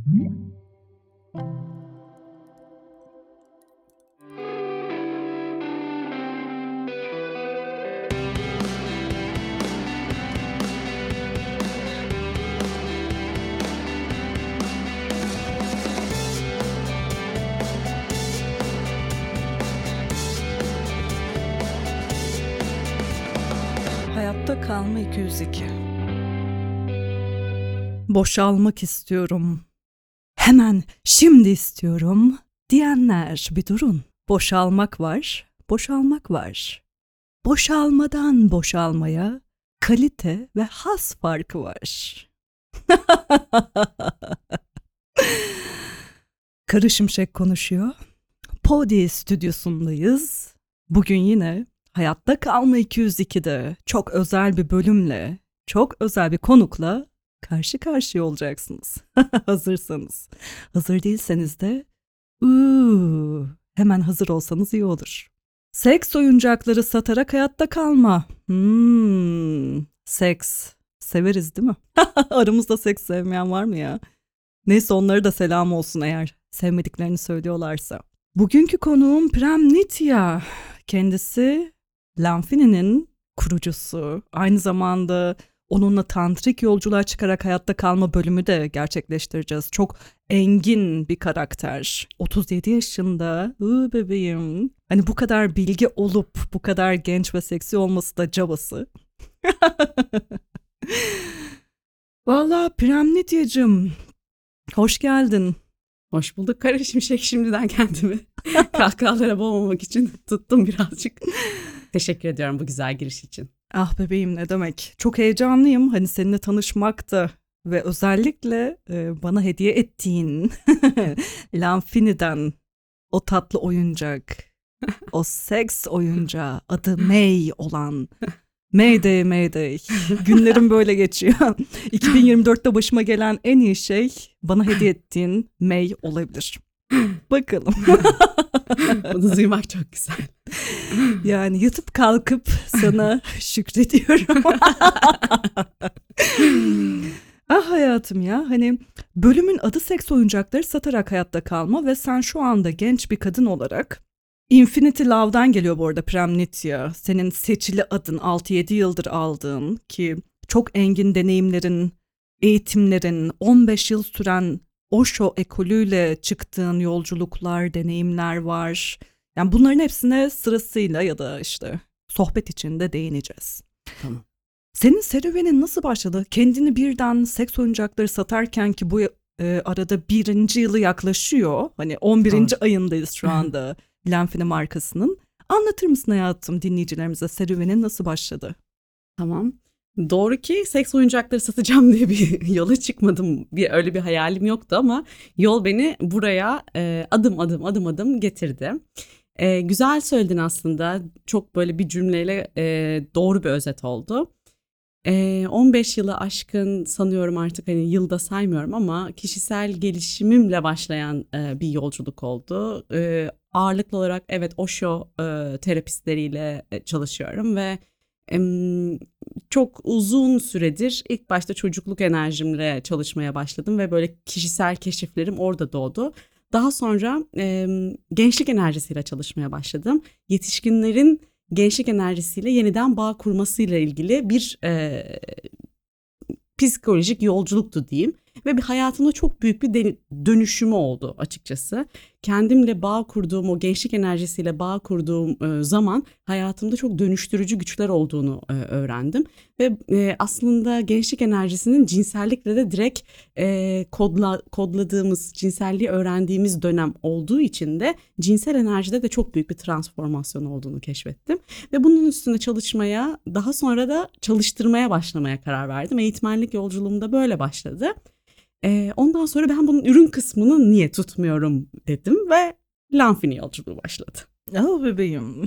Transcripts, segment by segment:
Hayatta kalma 202. Boşalmak istiyorum. Hemen şimdi istiyorum diyenler bir durun. Boşalmak var, boşalmak var. Boşalmadan boşalmaya kalite ve haz farkı var. Karı Şimşek konuşuyor. Podi stüdyosundayız. Bugün yine Hayatta Kalma 202'de çok özel bir bölümle, çok özel bir konukla karşı karşıya olacaksınız. Hazırsanız. Hazır değilseniz de hemen hazır olsanız iyi olur. Seks oyuncakları satarak hayatta kalma. Seks. Severiz değil mi? Aramızda seks sevmeyen var mı ya? Neyse, onlara da selam olsun eğer sevmediklerini söylüyorlarsa. Bugünkü konuğum Prem Nitya. Kendisi Lanfini'nin kurucusu. Aynı zamanda onunla tantrik yolculuğa çıkarak hayatta kalma bölümü de gerçekleştireceğiz. Çok engin bir karakter. 37 yaşında. Bebeğim. Hani bu kadar bilgi olup bu kadar genç ve seksi olması da cabası. Vallahi Prem Nitya'cığım, hoş geldin. Hoş bulduk Kara Şimşek, şimdiden kendimi kahkahalara boğmamak için tuttum birazcık. Teşekkür ediyorum bu güzel giriş için. Ah bebeğim, ne demek. Çok heyecanlıyım hani seninle tanışmakta ve özellikle bana hediye ettiğin Lanfini'den o tatlı oyuncak, o seks oyuncağı adı May olan Mayday Mayday. Günlerim böyle geçiyor. 2024'te başıma gelen en iyi şey bana hediye ettiğin May olabilir. Bakalım. Bunu duymak çok güzel. Yani yatıp kalkıp sana şükrediyorum. Ah hayatım ya, hani bölümün adı seks oyuncakları satarak hayatta kalma ve sen şu anda genç bir kadın olarak Infinity Love'dan geliyor bu arada Prem Nitya. Senin seçili adın, 6-7 yıldır aldığın ki çok engin deneyimlerin, eğitimlerin, 15 yıl süren Osho ekolüyle çıktığın yolculuklar, deneyimler var. Yani bunların hepsine sırasıyla ya da işte sohbet içinde değineceğiz. Tamam. Senin serüvenin nasıl başladı? Kendini birden seks oyuncakları satarken ki bu arada 1. yılı yaklaşıyor. Hani 11. Doğru. ayındayız şu anda Lanfini markasının. Anlatır mısın hayatım dinleyicilerimize serüvenin nasıl başladı? Tamam. Doğru ki seks oyuncakları satacağım diye bir yola çıkmadım. Öyle bir hayalim yoktu ama yol beni buraya adım adım getirdi. Güzel söyledin aslında. Çok böyle bir cümleyle doğru bir özet oldu. 15 yılı aşkın sanıyorum artık, hani yılda saymıyorum ama kişisel gelişimimle başlayan bir yolculuk oldu. Ağırlıklı olarak evet Osho terapistleriyle çalışıyorum ve çok uzun süredir ilk başta çocukluk enerjimle çalışmaya başladım ve böyle kişisel keşiflerim orada doğdu. Daha sonra gençlik enerjisiyle çalışmaya başladım. Yetişkinlerin gençlik enerjisiyle yeniden bağ kurmasıyla ilgili bir psikolojik yolculuktu diyeyim. Ve bir hayatımda çok büyük bir dönüşümü oldu açıkçası. Kendimle bağ kurduğum, o gençlik enerjisiyle bağ kurduğum zaman hayatımda çok dönüştürücü güçler olduğunu öğrendim. Ve aslında gençlik enerjisinin cinsellikle de direkt kodladığımız, cinselliği öğrendiğimiz dönem olduğu için de cinsel enerjide de çok büyük bir transformasyon olduğunu keşfettim. Ve bunun üstüne çalışmaya, daha sonra da çalıştırmaya başlamaya karar verdim. Eğitmenlik yolculuğum da böyle başladı. Ondan sonra ben bunun ürün kısmını niye tutmuyorum dedim ve Lanfini yolculuğu başladı. Oh bebeğim.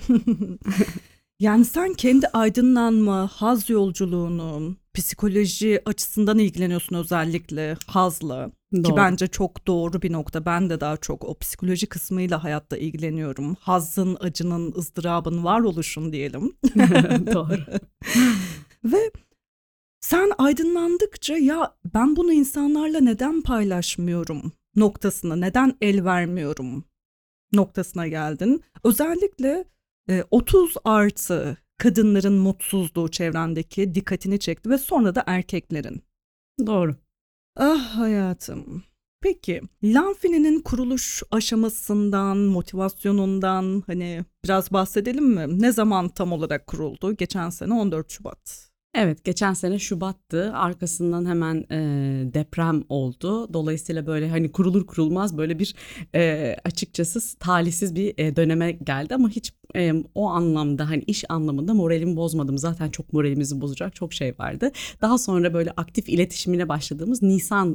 Yani sen kendi aydınlanma, haz yolculuğunu, psikoloji açısından ilgileniyorsun özellikle hazla. Doğru. Ki bence çok doğru bir nokta. Ben de daha çok o psikoloji kısmıyla hayatta ilgileniyorum. Hazın, acının, ızdırabın, varoluşun diyelim. Doğru. Ve Sen aydınlandıkça ya ben bunu insanlarla neden paylaşmıyorum noktasına, neden el vermiyorum noktasına geldin. Özellikle 30 artı kadınların mutsuzluğu çevrendeki dikkatini çekti ve sonra da erkeklerin. Doğru. Ah hayatım. Peki, Lanfini'nin kuruluş aşamasından, motivasyonundan hani biraz bahsedelim mi? Ne zaman tam olarak kuruldu? Geçen sene 14 Şubat. Evet, geçen sene Şubat'tı. Arkasından hemen deprem oldu. Dolayısıyla böyle hani kurulur kurulmaz böyle bir açıkçası talihsiz bir döneme geldi. Ama hiç o anlamda hani iş anlamında moralimi bozmadım. Zaten çok moralimizi bozacak çok şey vardı. Daha sonra böyle aktif iletişimine başladığımız Nisan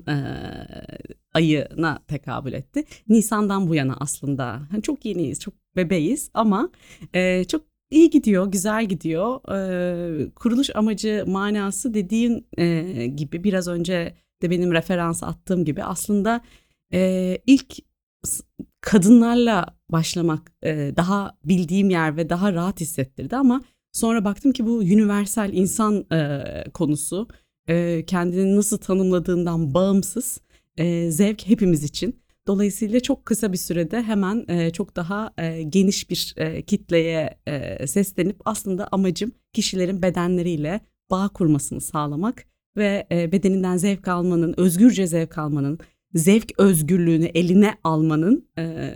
ayına tekabül etti. Nisan'dan bu yana aslında hani çok yeniyiz, çok bebeğiz ama çok İyi gidiyor, güzel gidiyor. Kuruluş amacı manası dediğin gibi biraz önce de benim referans attığım gibi aslında ilk kadınlarla başlamak daha bildiğim yer ve daha rahat hissettirdi ama sonra baktım ki bu universal insan konusu kendini nasıl tanımladığından bağımsız zevk hepimiz için. Dolayısıyla çok kısa bir sürede hemen çok daha geniş bir kitleye seslenip aslında amacım kişilerin bedenleriyle bağ kurmasını sağlamak ve bedeninden zevk almanın, özgürce zevk almanın, zevk özgürlüğünü eline almanın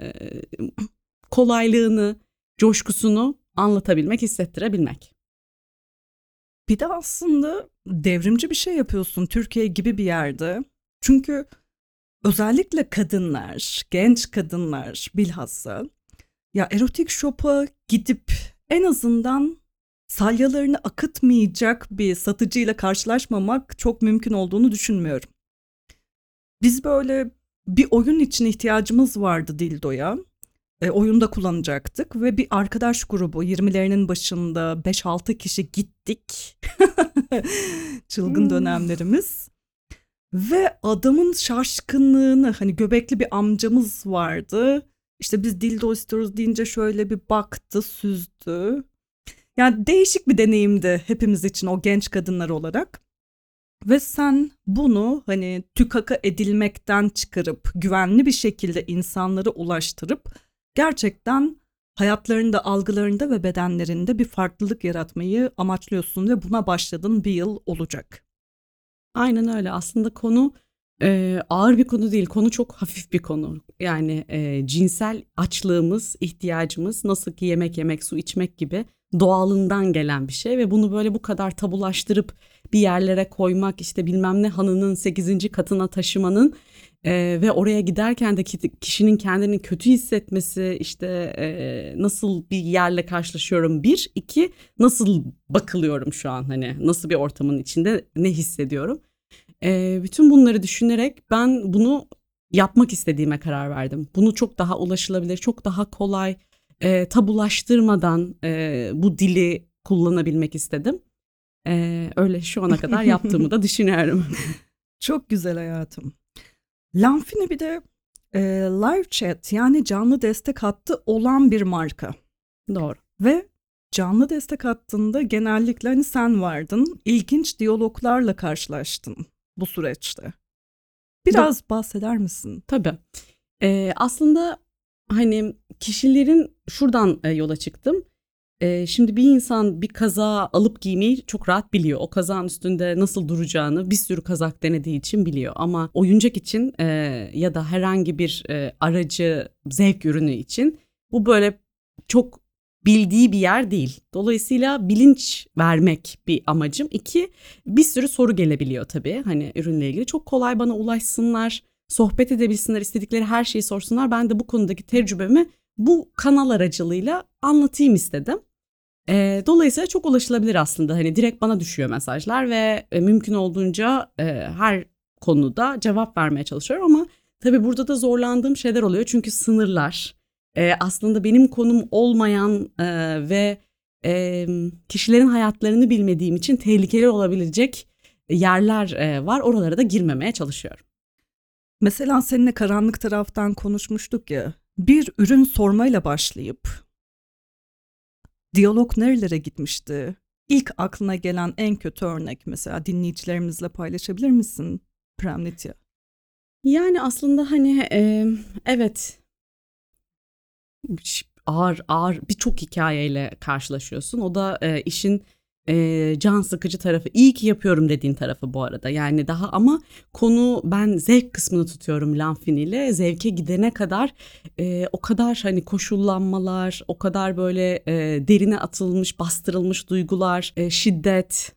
kolaylığını, coşkusunu anlatabilmek, hissettirebilmek. Bir de aslında devrimci bir şey yapıyorsun Türkiye gibi bir yerde. Çünkü özellikle kadınlar, genç kadınlar bilhassa ya erotik shop'a gidip en azından salyalarını akıtmayacak bir satıcıyla karşılaşmamak çok mümkün olduğunu düşünmüyorum. Biz böyle bir oyun için ihtiyacımız vardı dildoya. Oyunda kullanacaktık ve bir arkadaş grubu 20'lerinin başında 5-6 kişi gittik. Çılgın dönemlerimiz. Ve adamın şaşkınlığını hani göbekli bir amcamız vardı. İşte biz dildo istiyoruz deyince şöyle bir baktı, süzdü. Yani değişik bir deneyimdi hepimiz için o genç kadınlar olarak. Ve sen bunu hani tükaka edilmekten çıkarıp güvenli bir şekilde insanlara ulaştırıp gerçekten hayatlarında, algılarında ve bedenlerinde bir farklılık yaratmayı amaçlıyorsun ve buna başladın, bir yıl olacak. Aynen öyle. Aslında konu ağır bir konu değil. Konu çok hafif bir konu. Yani cinsel açlığımız, ihtiyacımız nasıl ki yemek yemek, su içmek gibi doğalından gelen bir şey ve bunu böyle bu kadar tabulaştırıp bir yerlere koymak, işte bilmem ne hanının 8. katına taşımanın ve oraya giderken de kişinin kendini kötü hissetmesi, işte nasıl bir yerle karşılaşıyorum, bir, iki, nasıl bakılıyorum şu an, hani nasıl bir ortamın içinde ne hissediyorum. Bütün bunları düşünerek ben bunu yapmak istediğime karar verdim. Bunu çok daha ulaşılabilir, çok daha kolay, tabulaştırmadan bu dili kullanabilmek istedim. Öyle şu ana kadar yaptığımı da düşünüyorum. Çok güzel hayatım. Lanfine bir de live chat yani canlı destek hattı olan bir marka. Doğru. Ve canlı destek hattında genellikle hani sen vardın. İlginç diyaloglarla karşılaştın bu süreçte. Biraz bahseder misin? Tabii. Aslında hani kişilerin şuradan yola çıktım. Şimdi bir insan bir kazağı alıp giymeyi çok rahat biliyor. O kazağın üstünde nasıl duracağını bir sürü kazak denediği için biliyor. Ama oyuncak için ya da herhangi bir aracı, zevk ürünü için bu böyle çok bildiği bir yer değil. Dolayısıyla bilinç vermek bir amacım. 2, bir sürü soru gelebiliyor tabii hani ürünle ilgili. Çok kolay bana ulaşsınlar, sohbet edebilsinler, istedikleri her şeyi sorsunlar. Ben de bu konudaki tecrübemi bu kanal aracılığıyla anlatayım istedim. Dolayısıyla çok ulaşılabilir aslında. Hani direkt bana düşüyor mesajlar ve mümkün olduğunca her konuda cevap vermeye çalışıyorum ama tabii burada da zorlandığım şeyler oluyor. Çünkü sınırlar, aslında benim konum olmayan ve kişilerin hayatlarını bilmediğim için tehlikeli olabilecek yerler var. Oralara da girmemeye çalışıyorum. Mesela seninle karanlık taraftan konuşmuştuk ya. Bir ürün sormayla başlayıp diyalog nerelere gitmişti? İlk aklına gelen en kötü örnek mesela dinleyicilerimizle paylaşabilir misin Premnitya? Yani aslında hani evet, ağır ağır birçok hikayeyle karşılaşıyorsun. O da işin can sıkıcı tarafı. İyi ki yapıyorum dediğin tarafı bu arada. Yani daha ama konu, ben zevk kısmını tutuyorum Lanfini'yle. Zevke gidene kadar o kadar hani koşullanmalar, o kadar böyle derine atılmış, bastırılmış duygular, şiddet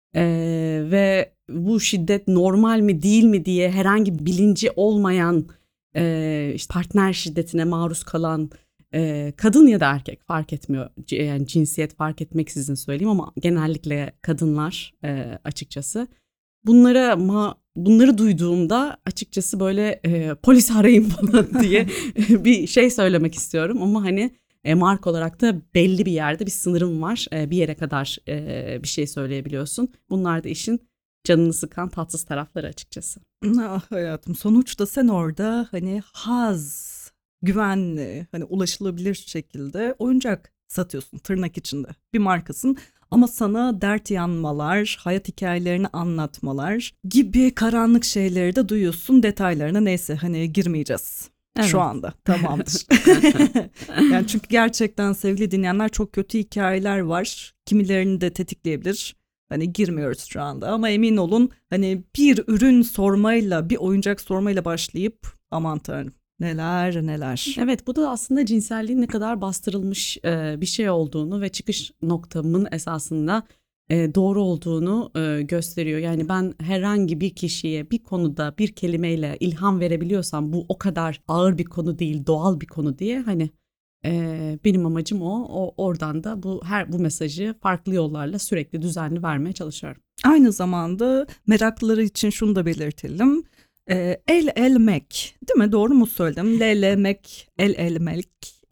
ve bu şiddet normal mi değil mi diye herhangi bir bilinci olmayan, işte partner şiddetine maruz kalan kadın ya da erkek fark etmiyor. Yani cinsiyet fark etmeksizin söyleyeyim ama genellikle kadınlar açıkçası. Bunları duyduğumda açıkçası böyle polis arayın falan diye bir şey söylemek istiyorum. Ama hani marka olarak da belli bir yerde bir sınırım var. Bir yere kadar bir şey söyleyebiliyorsun. Bunlar da işin canını sıkan tatsız tarafları açıkçası. Ah hayatım, sonuçta sen orada hani güvenli, hani ulaşılabilir şekilde oyuncak satıyorsun tırnak içinde. Bir markasın ama sana dert yanmalar, hayat hikayelerini anlatmalar gibi karanlık şeyleri de duyuyorsun. Detaylarına neyse hani girmeyeceğiz. Evet. Şu anda tamamdır. Yani çünkü gerçekten sevgili dinleyenler, çok kötü hikayeler var. Kimilerini de tetikleyebilir. Hani girmiyoruz şu anda ama emin olun hani bir ürün sormayla, bir oyuncak sormayla başlayıp aman tanrım neler neler. Evet, bu da aslında cinselliğin ne kadar bastırılmış bir şey olduğunu ve çıkış noktamın esasında doğru olduğunu gösteriyor. Yani ben herhangi bir kişiye bir konuda bir kelimeyle ilham verebiliyorsam bu o kadar ağır bir konu değil, doğal bir konu diye hani benim amacım o. Oradan da bu mesajı farklı yollarla sürekli düzenli vermeye çalışıyorum. Aynı zamanda meraklıları için şunu da belirtelim. El Mek, değil mi? Doğru mu söyledim? LL Mek, El Mek.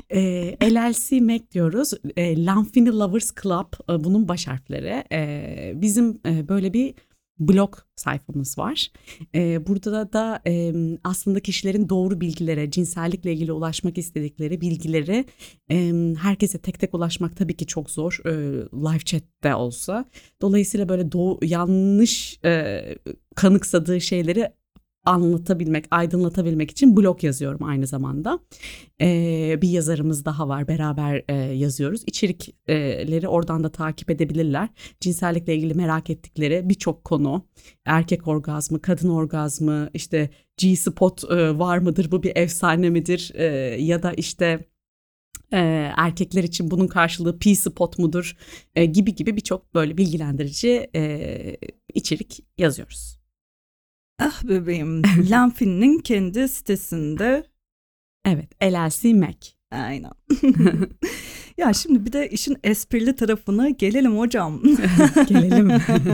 LLC Mac diyoruz. Lanfini Lovers Club, bunun baş harfleri. Bizim böyle bir blog sayfamız var. Burada da aslında kişilerin doğru bilgilere, cinsellikle ilgili ulaşmak istedikleri bilgileri, herkese tek tek ulaşmak tabii ki çok zor. Live chat'te olsa. Dolayısıyla böyle yanlış kanıksadığı şeyleri anlatabilmek, aydınlatabilmek için blog yazıyorum aynı zamanda. Bir yazarımız daha var, beraber yazıyoruz. İçerikleri oradan da takip edebilirler. Cinsellikle ilgili merak ettikleri birçok konu, erkek orgazmı, kadın orgazmı, işte G-spot var mıdır, bu bir efsane midir, ya da işte erkekler için bunun karşılığı P-spot mudur, gibi birçok böyle bilgilendirici içerik yazıyoruz. Ah bebeğim, Lanfini'nin kendi sitesinde. Evet, LLC Mac. Aynen. Ya şimdi bir de işin esprili tarafına gelelim hocam. Gelelim.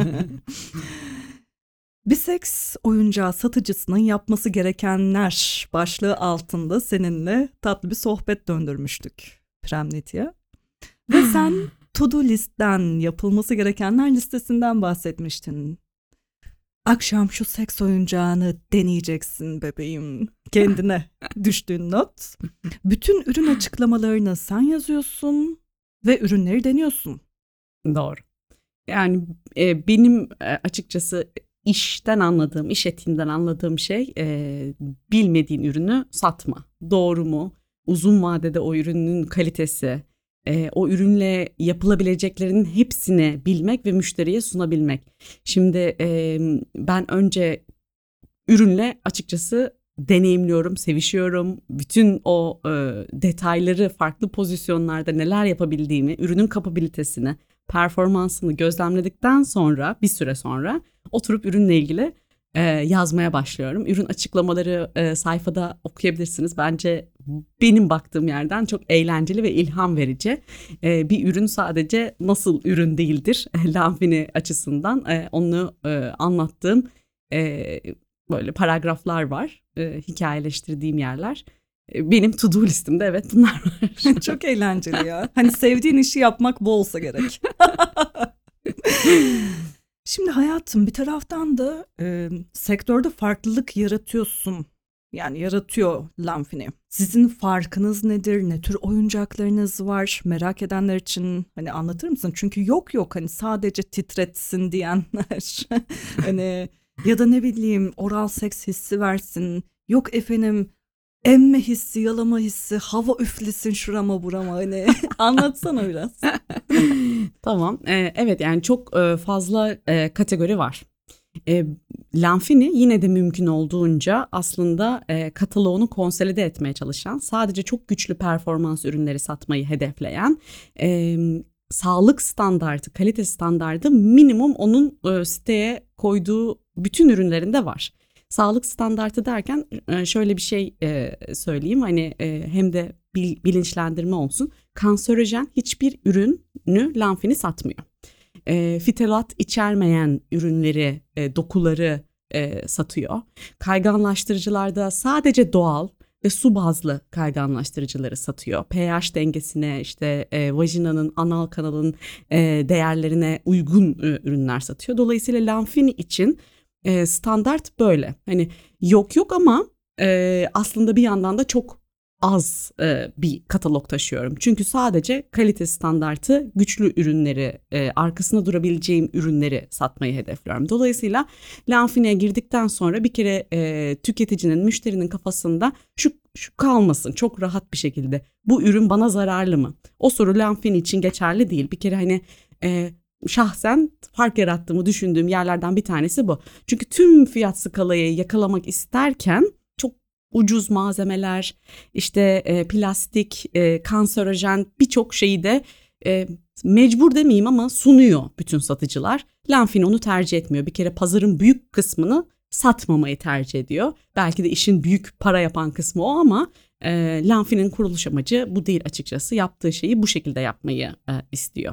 Bir seks oyuncağı satıcısının yapması gerekenler başlığı altında seninle tatlı bir sohbet döndürmüştük Premnitya. Ve sen to-do listten, yapılması gerekenler listesinden bahsetmiştin. Akşam şu seks oyuncağını deneyeceksin bebeğim. Kendine düştüğün not. Bütün ürün açıklamalarını sen yazıyorsun ve ürünleri deniyorsun. Doğru. Yani benim açıkçası işten anladığım, iş etiğinden anladığım şey bilmediğin ürünü satma. Doğru mu? Uzun vadede o ürünün kalitesi, o ürünle yapılabileceklerinin hepsini bilmek ve müşteriye sunabilmek. Şimdi ben önce ürünle açıkçası deneyimliyorum, sevişiyorum. Bütün o detayları, farklı pozisyonlarda neler yapabildiğimi, ürünün kapabilitesini, performansını gözlemledikten sonra bir süre sonra oturup ürünle ilgili yazmaya başlıyorum. Ürün açıklamaları sayfada okuyabilirsiniz. Bence benim baktığım yerden çok eğlenceli ve ilham verici. Bir ürün sadece nasıl ürün değildir Lanfini açısından onu anlattığım böyle paragraflar var, hikayeleştirdiğim yerler. Benim to-do listemde evet bunlar var. Çok eğlenceli ya. Hani sevdiğin işi yapmak bu olsa gerek. Şimdi hayatım, bir taraftan da sektörde farklılık yaratıyorsun. Yani yaratıyor Lanfini. Sizin farkınız nedir? Ne tür oyuncaklarınız var? Merak edenler için hani anlatır mısın? Çünkü yok hani sadece titretsin diyenler. Hani ya da ne bileyim oral seks hissi versin. Yok efendim emme hissi, yalama hissi, hava üflesin şurama burama hani. Anlatsana biraz. Tamam. Evet, yani çok fazla kategori var. Lanfini yine de mümkün olduğunca aslında kataloğunu konsolide etmeye çalışan, sadece çok güçlü performans ürünleri satmayı hedefleyen, sağlık standartı, kalite standardı minimum onun siteye koyduğu bütün ürünlerinde var. Sağlık standartı derken şöyle bir şey söyleyeyim, hani hem de bilinçlendirme olsun. Kanserojen hiçbir ürünü Lanfini satmıyor. Fitalat içermeyen ürünleri, dokuları satıyor. Kayganlaştırıcılarda sadece doğal ve su bazlı kayganlaştırıcıları satıyor. pH dengesine, işte vajinanın, anal kanalın değerlerine uygun ürünler satıyor. Dolayısıyla Lanfini için standart böyle. Hani yok ama aslında bir yandan da çok az bir katalog taşıyorum. Çünkü sadece kalite standartı, güçlü ürünleri, arkasında durabileceğim ürünleri satmayı hedefliyorum. Dolayısıyla Lanfini'ye girdikten sonra bir kere tüketicinin, müşterinin kafasında şu kalmasın çok rahat bir şekilde. Bu ürün bana zararlı mı? O soru Lanfini için geçerli değil. Bir kere hani şahsen fark yarattığımı düşündüğüm yerlerden bir tanesi bu. Çünkü tüm fiyat skalayı yakalamak isterken çok ucuz malzemeler, işte plastik, kanserojen birçok şeyi de mecbur demeyeyim ama sunuyor bütün satıcılar. Lanfini onu tercih etmiyor. Bir kere pazarın büyük kısmını satmamayı tercih ediyor. Belki de işin büyük para yapan kısmı o ama Lanfini'nin kuruluş amacı bu değil açıkçası. Yaptığı şeyi bu şekilde yapmayı istiyor.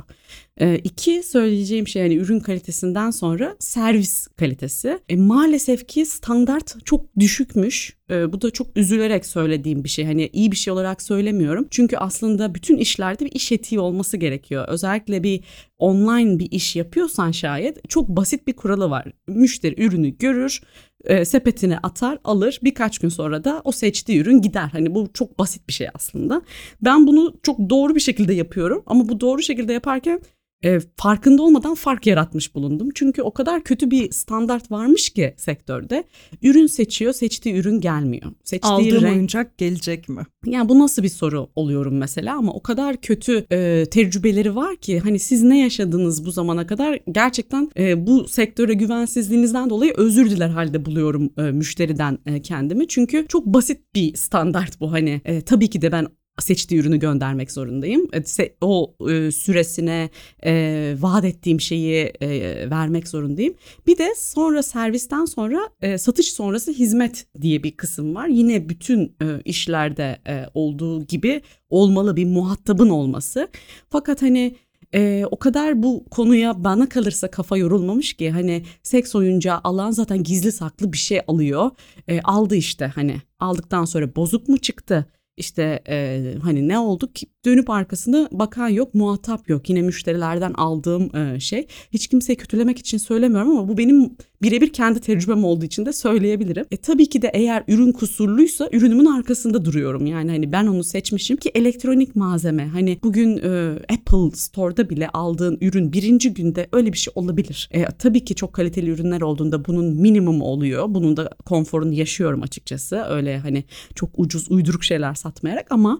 İki söyleyeceğim şey, yani ürün kalitesinden sonra servis kalitesi. Maalesef ki standart çok düşükmüş. Bu da çok üzülerek söylediğim bir şey. Hani iyi bir şey olarak söylemiyorum. Çünkü aslında bütün işlerde bir iş etiği olması gerekiyor. Özellikle bir online bir iş yapıyorsan şayet çok basit bir kuralı var. Müşteri ürünü görür, sepetine atar, alır. Birkaç gün sonra da o seçtiği ürün gider. Hani bu çok basit bir şey aslında. Ben bunu çok doğru bir şekilde yapıyorum ama bu doğru şekilde yaparken farkında olmadan fark yaratmış bulundum. Çünkü o kadar kötü bir standart varmış ki sektörde. Ürün seçiyor, seçtiği ürün gelmiyor. Aldığım oyuncak gelecek mi? Yani bu nasıl bir soru oluyorum mesela, ama o kadar kötü tecrübeleri var ki hani siz ne yaşadınız bu zamana kadar, gerçekten bu sektöre güvensizliğinizden dolayı özür diler halde buluyorum müşteriden kendimi. Çünkü çok basit bir standart bu, hani tabii ki de ben seçtiği ürünü göndermek zorundayım. O süresine vaat ettiğim şeyi vermek zorundayım. Bir de sonra servisten sonra satış sonrası hizmet diye bir kısım var. Yine bütün işlerde olduğu gibi olmalı, bir muhatabın olması. Fakat hani o kadar bu konuya bana kalırsa kafa yorulmamış ki, hani seks oyuncağı alan zaten gizli saklı bir şey alıyor. Aldı işte, hani aldıktan sonra bozuk mu çıktı? İşte hani ne oldu ki, dönüp arkasında bakan yok, muhatap yok. Yine müşterilerden aldığım şey. Hiç kimseyi kötülemek için söylemiyorum ama bu benim birebir kendi tecrübem olduğu için de söyleyebilirim. Tabii ki de eğer ürün kusurluysa ürünümün arkasında duruyorum. Yani hani ben onu seçmişim ki elektronik malzeme. Hani bugün Apple Store'da bile aldığın ürün birinci günde öyle bir şey olabilir. Tabii ki çok kaliteli ürünler olduğunda bunun minimum oluyor. Bunun da konforunu yaşıyorum açıkçası. Öyle hani çok ucuz uyduruk şeyler satmayarak ama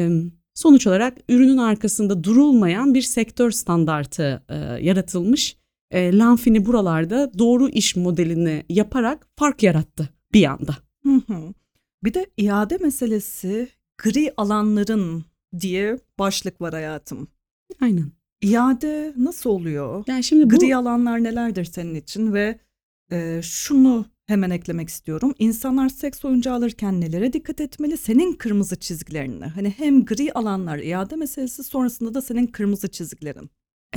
sonuç olarak ürünün arkasında durulmayan bir sektör standartı yaratılmış. Lanfini buralarda doğru iş modelini yaparak fark yarattı bir anda. Bir de iade meselesi, gri alanların diye başlık var hayatım. Aynen. İade nasıl oluyor? Yani şimdi gri alanlar nelerdir senin için ve şunu hemen eklemek istiyorum. İnsanlar seks oyuncağı alırken nelere dikkat etmeli? Senin kırmızı çizgilerini. Hani hem gri alanlar, iade meselesi, sonrasında da senin kırmızı çizgilerin.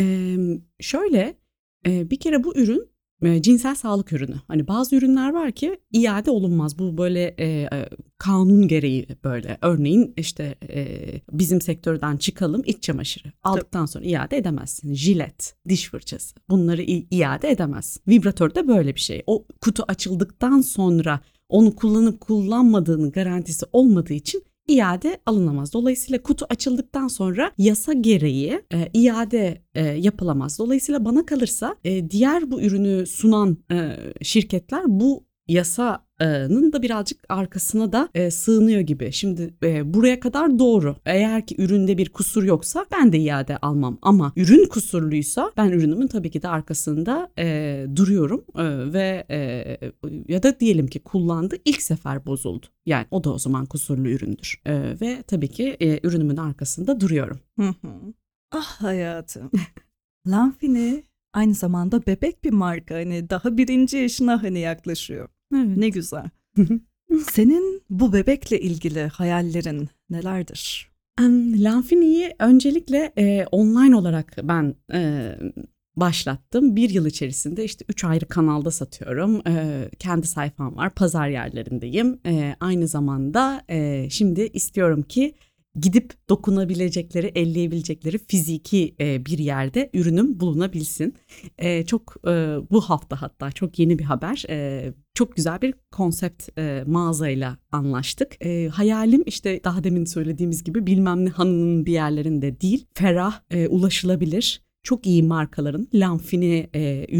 Şöyle bir kere bu ürün cinsel sağlık ürünü. Hani bazı ürünler var ki iade olunmaz. Bu böyle kanun gereği böyle. Örneğin işte bizim sektörden çıkalım, iç çamaşırı. Aldıktan sonra iade edemezsin. Jilet, diş fırçası, bunları iade edemezsin. Vibratör de böyle bir şey. O kutu açıldıktan sonra onu kullanıp kullanmadığının garantisi olmadığı için iade alınamaz. Dolayısıyla kutu açıldıktan sonra yasa gereği iade yapılamaz. Dolayısıyla bana kalırsa diğer bu ürünü sunan şirketler bu yasanın da birazcık arkasına da sığınıyor gibi. Şimdi buraya kadar doğru. Eğer ki üründe bir kusur yoksa ben de iade almam. Ama ürün kusurluysa ben ürünümün tabii ki de arkasında duruyorum ve ya da diyelim ki kullandı, ilk sefer bozuldu. Yani o da o zaman kusurlu üründür. Ve tabii ki ürünümün arkasında duruyorum. Ah hayatım. Lanfine aynı zamanda bebek bir marka. Hani daha 1. yaşına hani yaklaşıyor. Evet. Ne güzel. Senin bu bebekle ilgili hayallerin nelerdir? Lanfini'yi öncelikle online olarak ben başlattım. 1 yıl içerisinde işte 3 ayrı kanalda satıyorum. Kendi sayfam var, pazar yerlerindeyim. Aynı zamanda şimdi istiyorum ki gidip dokunabilecekleri, elleyebilecekleri fiziki bir yerde ürünüm bulunabilsin. Çok bu hafta hatta çok yeni bir haber. Çok güzel bir konsept mağazayla anlaştık. Hayalim işte daha demin söylediğimiz gibi bilmem ne hanının bir yerlerinde değil, ferah, ulaşılabilir, çok iyi markaların Lanfine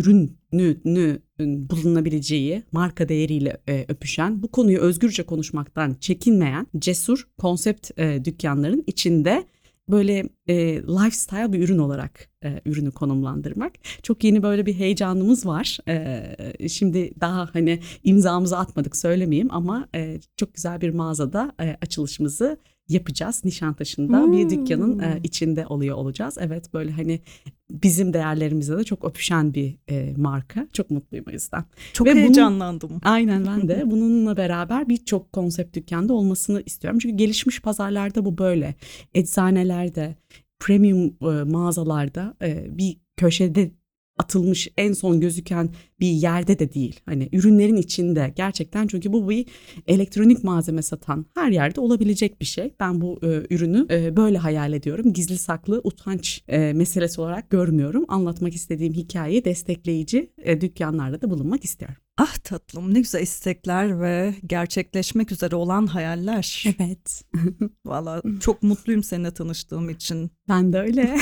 ürünü bulunabileceği, marka değeriyle öpüşen, bu konuyu özgürce konuşmaktan çekinmeyen cesur konsept dükkanların içinde böyle lifestyle bir ürün olarak ürünü konumlandırmak. Çok yeni böyle bir heyecanımız var. Şimdi daha hani imzamızı atmadık söylemeyeyim ama çok güzel bir mağazada açılışımızı yapacağız. Nişantaşı'nda bir dükkanın içinde olacağız. Evet, böyle hani bizim değerlerimizle de çok öpüşen bir marka. Çok mutluyum o yüzden. Çok Ve heyecanlandım. Aynen, ben de bununla beraber birçok konsept dükkanda olmasını istiyorum. Çünkü gelişmiş pazarlarda bu böyle. Eczanelerde, premium mağazalarda bir köşede atılmış, en son gözüken bir yerde de değil. Hani ürünlerin içinde gerçekten, çünkü bu bir elektronik malzeme satan her yerde olabilecek bir şey. Ben bu ürünü böyle hayal ediyorum. Gizli saklı, utanç meselesi olarak görmüyorum. Anlatmak istediğim hikayeyi destekleyici dükkanlarda da bulunmak istiyorum. Ah tatlım, ne güzel istekler ve gerçekleşmek üzere olan hayaller. Evet. Valla çok mutluyum seninle tanıştığım için. Ben de öyle.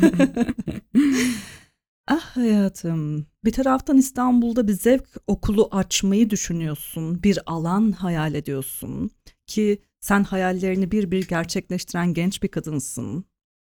Ah hayatım, bir taraftan İstanbul'da bir zevk okulu açmayı düşünüyorsun, bir alan hayal ediyorsun ki sen hayallerini bir bir gerçekleştiren genç bir kadınsın.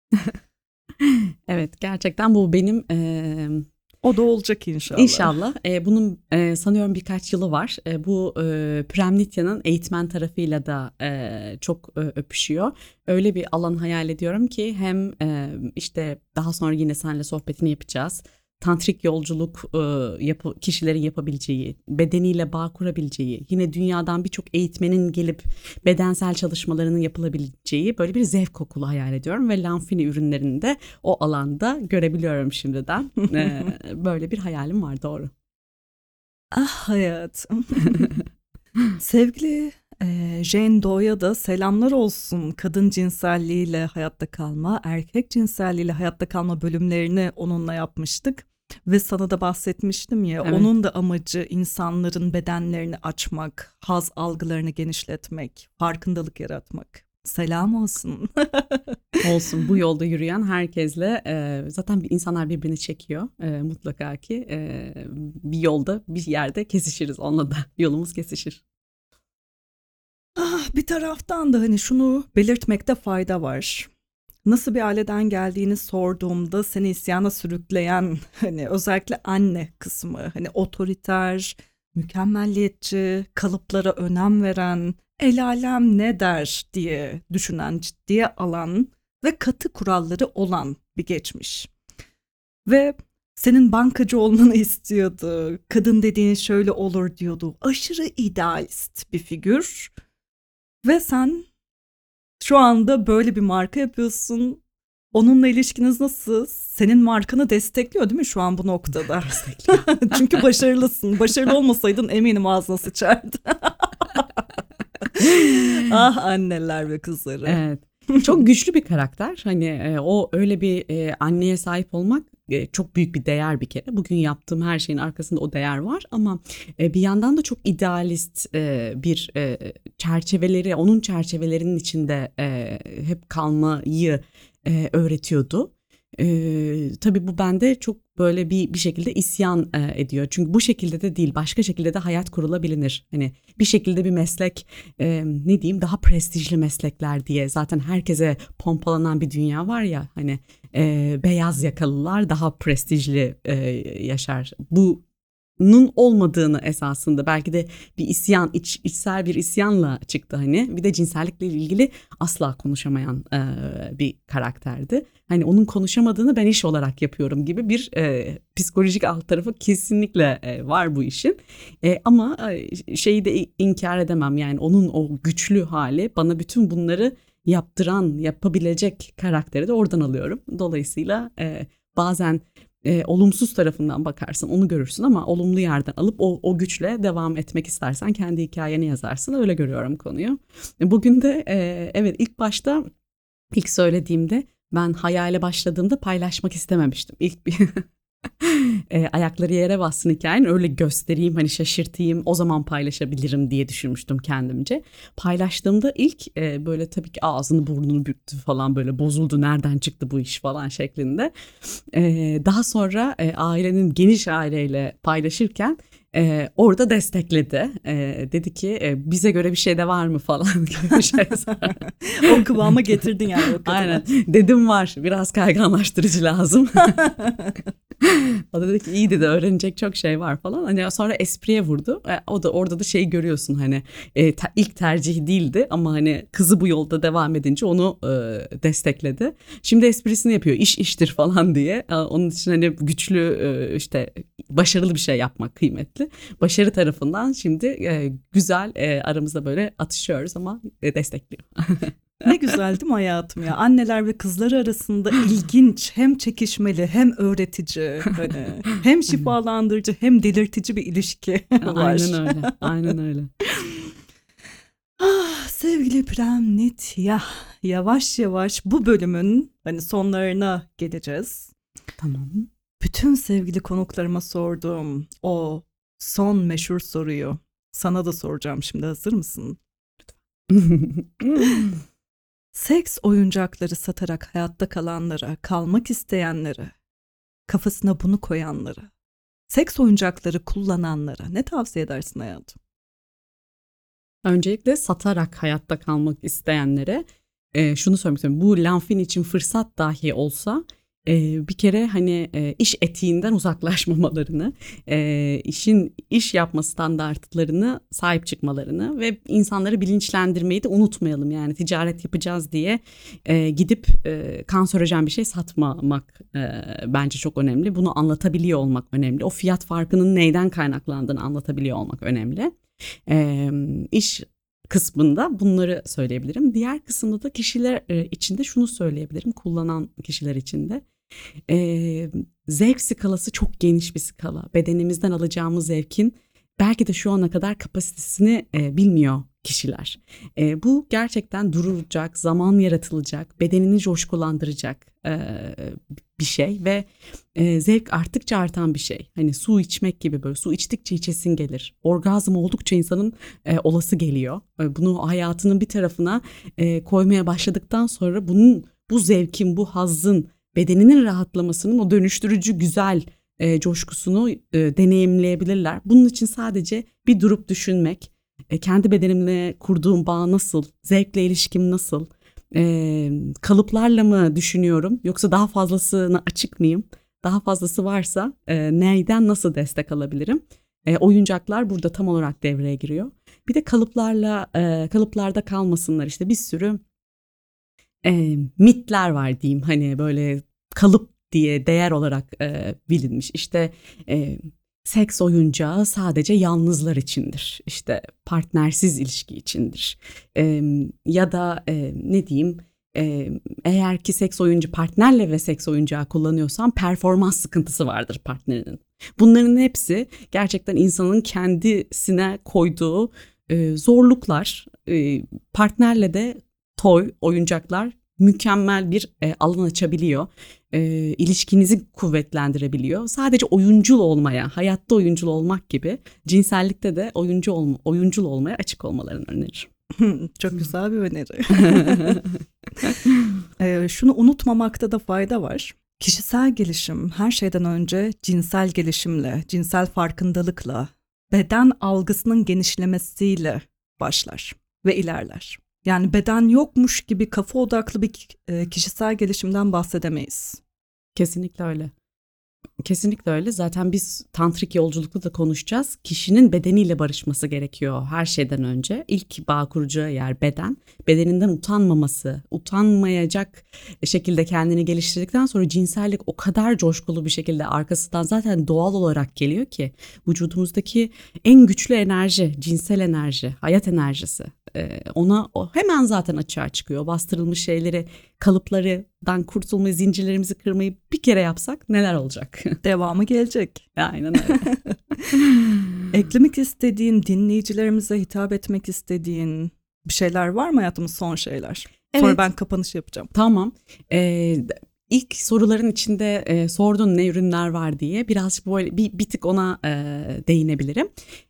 Evet, gerçekten bu benim O da olacak inşallah. İnşallah. Bunun sanıyorum birkaç yılı var. Bu Premnitya'nın eğitmen tarafıyla da çok öpüşüyor. Öyle bir alan hayal ediyorum ki hem işte daha sonra yine seninle sohbetini yapacağız. Tantrik yolculuk kişilerin yapabileceği, bedeniyle bağ kurabileceği, yine dünyadan birçok eğitmenin gelip bedensel çalışmalarının yapılabileceği böyle bir zevk okulu hayal ediyorum ve Lanfine ürünlerini de o alanda görebiliyorum şimdiden. Böyle bir hayalim var, doğru. Ah hayatım. Sevgili Jane Doe'ya da selamlar olsun. Kadın cinselliğiyle hayatta kalma, erkek cinselliğiyle hayatta kalma bölümlerini onunla yapmıştık. Ve sana da bahsetmiştim ya, Evet. onun da amacı insanların bedenlerini açmak, haz algılarını genişletmek, farkındalık yaratmak. Selam olsun. Olsun, bu yolda yürüyen herkesle zaten insanlar birbirini çekiyor. Mutlaka ki bir yolda, bir yerde kesişiriz, onunla da yolumuz kesişir. Bir taraftan da hani şunu belirtmekte fayda var. Nasıl bir aileden geldiğini sorduğumda seni isyana sürükleyen hani özellikle anne kısmı, hani otoriter, mükemmelliyetçi, kalıplara önem veren, el alem ne der diye düşünen, ciddiye alan ve katı kuralları olan bir geçmiş. Ve senin bankacı olmanı istiyordu, kadın dediğin şöyle olur diyordu, aşırı idealist bir figür. Ve sen şu anda böyle bir marka yapıyorsun. Onunla ilişkiniz nasıl? Senin markanı destekliyor değil mi şu an bu noktada? Destekliyor. Çünkü başarılısın. Başarılı olmasaydın eminim ağzına sıçardı. Ah anneler ve kızları. Evet. Çok güçlü bir karakter. Hani o öyle bir anneye sahip olmak çok büyük bir değer bir kere. Bugün yaptığım her şeyin arkasında o değer var ama bir yandan da çok idealist bir çerçeveleri, onun çerçevelerinin içinde hep kalmayı öğretiyordu. Tabii bu bende çok böyle bir şekilde isyan ediyor. Çünkü bu şekilde de değil, başka şekilde de hayat kurulabilir. Hani bir şekilde bir meslek, ne diyeyim, daha prestijli meslekler diye zaten herkese pompalanan bir dünya var ya, hani beyaz yakalılar daha prestijli yaşar. Bunun olmadığını esasında belki de bir isyan, içsel bir isyanla çıktı hani. Bir de cinsellikle ilgili asla konuşamayan bir karakterdi. Hani onun konuşamadığını ben iş olarak yapıyorum gibi bir psikolojik alt tarafı kesinlikle var bu işin. Ama şeyi de inkar edemem, yani onun o güçlü hali bana bütün bunları yaptıran, yapabilecek karakteri de oradan alıyorum. Dolayısıyla bazen olumsuz tarafından bakarsın, onu görürsün ama olumlu yerden alıp o güçle devam etmek istersen kendi hikayeni yazarsın. Öyle görüyorum konuyu. Bugün de evet, ilk söylediğimde, ben hayale başladığımda paylaşmak istememiştim. İlk bir ayakları yere bassın hikayenin, öyle göstereyim, hani şaşırtayım, o zaman paylaşabilirim diye düşünmüştüm kendimce. Paylaştığımda ilk böyle tabii ki ağzını burnunu büktü falan, böyle bozuldu, nereden çıktı bu iş falan şeklinde. Daha sonra geniş aileyle paylaşırken orada destekledi. Dedi ki bize göre bir şey de var mı falan gibi bir şey. O kıvama getirdin yani o kadına. Aynen. Dedim var. Biraz kayganlaştırıcı lazım. O da dedi ki iyi, dedi, öğrenecek çok şey var falan. Hani sonra espriye vurdu. O da orada da şeyi görüyorsun, hani ilk tercihi değildi ama hani kızı bu yolda devam edince onu destekledi. Şimdi esprisini yapıyor. İş iştir falan diye. Onun için hani güçlü, işte başarılı bir şey yapmak kıymetli. Başarı tarafından şimdi güzel, aramızda böyle atışıyoruz ama destekliyor. Ne güzel değil mi hayatım ya? Anneler ve kızları arasında ilginç, hem çekişmeli, hem öğretici, hani hem şifalandırıcı, hem delirtici bir ilişki var. Aynen öyle. Aynen öyle. Sevgili Prem Nitya, yavaş yavaş bu bölümün hani sonlarına geleceğiz. Tamam. Bütün sevgili konuklarıma sorduğum o son meşhur soruyu sana da soracağım şimdi. Hazır mısın? Seks oyuncakları satarak hayatta kalanlara, kalmak isteyenlere, kafasına bunu koyanlara, seks oyuncakları kullananlara ne tavsiye edersin hayatım? Öncelikle satarak hayatta kalmak isteyenlere şunu söylemek istiyorum. Bu lanfin için fırsat dahi olsa bir kere hani iş etiğinden uzaklaşmamalarını, iş yapma standartlarını sahip çıkmalarını ve insanları bilinçlendirmeyi de unutmayalım. Yani ticaret yapacağız diye gidip kanserojen bir şey satmamak bence çok önemli. Bunu anlatabiliyor olmak önemli. O fiyat farkının neyden kaynaklandığını anlatabiliyor olmak önemli. İş kısmında bunları söyleyebilirim. Diğer kısımda da kişiler içinde şunu söyleyebilirim. Kullanan kişiler içinde. Zevk skalası çok geniş bir skala. Bedenimizden alacağımız zevkin belki de şu ana kadar kapasitesini bilmiyor kişiler. Bu gerçekten durulacak, zaman yaratılacak, bedenini coşkulandıracak bir şey ve zevk arttıkça artan bir şey. Hani su içmek gibi, böyle su içtikçe içesin gelir. Orgazm oldukça insanın olası geliyor. Bunu hayatının bir tarafına koymaya başladıktan sonra bu zevkin, bu hazzın, bedeninin rahatlamasının o dönüştürücü güzel coşkusunu deneyimleyebilirler. Bunun için sadece bir durup düşünmek, kendi bedenimle kurduğum bağ nasıl, zevkle ilişkim nasıl, kalıplarla mı düşünüyorum yoksa daha fazlasına açık mıyım? Daha fazlası varsa neyden nasıl destek alabilirim? Oyuncaklar burada tam olarak devreye giriyor. Bir de kalıplarda kalmasınlar, işte bir sürü mitler var diyeyim, hani böyle kalıp diye değer olarak bilinmiş. İşte seks oyuncağı sadece yalnızlar içindir. İşte partnersiz ilişki içindir. Ya da ne diyeyim, eğer ki partnerle ve seks oyuncağı kullanıyorsan performans sıkıntısı vardır partnerinin. Bunların hepsi gerçekten insanın kendisine koyduğu zorluklar. Partnerle de oyuncaklar mükemmel bir alan açabiliyor. İlişkinizi kuvvetlendirebiliyor. Sadece oyuncul olmaya, hayatta oyuncul olmak gibi cinsellikte de oyuncul olmaya açık olmalarını öneririm. Çok güzel bir öneri. Şunu unutmamakta da fayda var. Kişisel gelişim her şeyden önce cinsel gelişimle, cinsel farkındalıkla, beden algısının genişlemesiyle başlar ve ilerler. Yani beden yokmuş gibi kafa odaklı bir kişisel gelişimden bahsedemeyiz. Kesinlikle öyle. Kesinlikle öyle. Zaten biz tantrik yolculukta da konuşacağız. Kişinin bedeniyle barışması gerekiyor her şeyden önce. İlk bağ kuracağı yer beden. Bedeninden utanmaması, utanmayacak şekilde kendini geliştirdikten sonra cinsellik o kadar coşkulu bir şekilde arkasından zaten doğal olarak geliyor ki vücudumuzdaki en güçlü enerji, cinsel enerji, hayat enerjisi. O hemen zaten açığa çıkıyor. Bastırılmış şeyleri, kalıplardan kurtulmayı, zincirlerimizi kırmayı bir kere yapsak neler olacak? Devamı gelecek. Aynen öyle. Eklemek istediğin, dinleyicilerimize hitap etmek istediğin bir şeyler var mı hayatımız, son şeyler? Evet. Sonra ben kapanış yapacağım. Tamam. İlk soruların içinde sordun ne ürünler var diye birazcık böyle bir tık ona değinebilirim.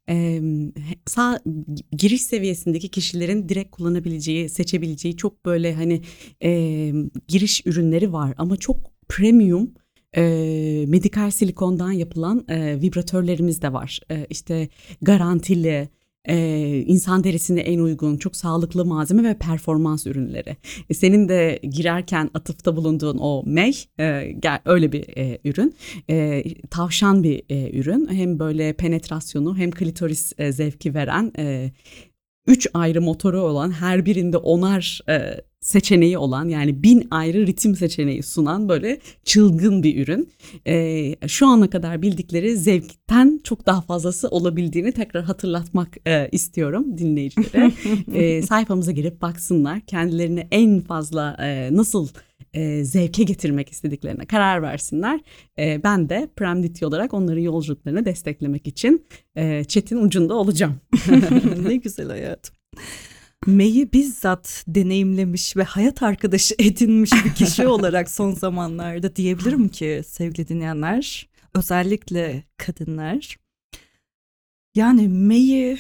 Giriş seviyesindeki kişilerin direkt kullanabileceği, seçebileceği çok böyle hani giriş ürünleri var ama çok premium medikal silikondan yapılan vibratörlerimiz de var. İşte garantili, insan derisine en uygun, çok sağlıklı malzeme ve performans ürünleri. Senin de girerken atıfta bulunduğun o May öyle bir ürün. Tavşan bir ürün. Hem böyle penetrasyonu hem klitoris zevki veren 3 ayrı motoru olan, her birinde 10'ar seçeneği olan, yani 1000 ayrı ritim seçeneği sunan böyle çılgın bir ürün. Şu ana kadar bildikleri zevkten çok daha fazlası olabildiğini tekrar hatırlatmak istiyorum dinleyicilere. Sayfamıza girip baksınlar, kendilerini en fazla nasıl zevke getirmek istediklerine karar versinler. Ben de Premnitya olarak onların yolculuklarını desteklemek için chat'in ucunda olacağım. Ne güzel hayatım. May'i bizzat deneyimlemiş ve hayat arkadaşı edinmiş bir kişi olarak son zamanlarda diyebilirim ki sevgili dinleyenler, özellikle kadınlar, yani May'i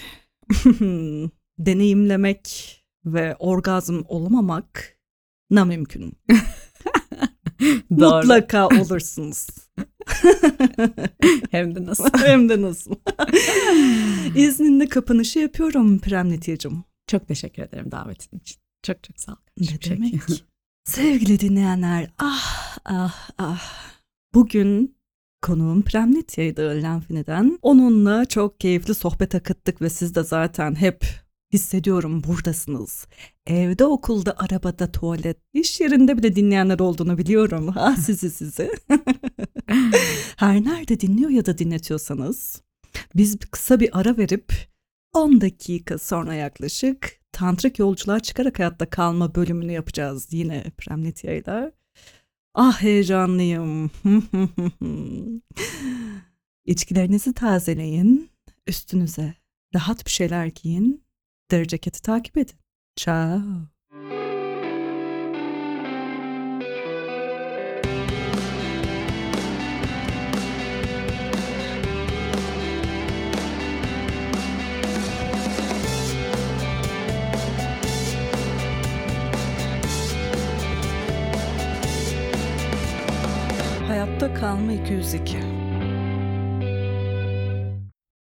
deneyimlemek ve orgazm olamamak ne mümkün. Mutlaka olursunuz. Hem de nasıl? Hem de nasıl? İzninle kapanışı yapıyorum Premnitya'cığım. Çok teşekkür ederim davetin için. Çok çok sağ ol. Ne demek? Sevgili dinleyenler, bugün konuğum Premnitya'ydı Lenfini'den. Onunla çok keyifli sohbet akıttık ve siz de zaten hep hissediyorum buradasınız. Evde, okulda, arabada, tuvalet, iş yerinde bile dinleyenler olduğunu biliyorum. Sizi. Her nerede dinliyor ya da dinletiyorsanız biz kısa bir ara verip 10 dakika sonra yaklaşık tantrik yolculuğa çıkarak hayatta kalma bölümünü yapacağız yine Premnitya'yla. Heyecanlıyım. İçkilerinizi tazeleyin, üstünüze rahat bir şeyler giyin, deri ceketi takip edin. Ciao. Hayatta kalma 202.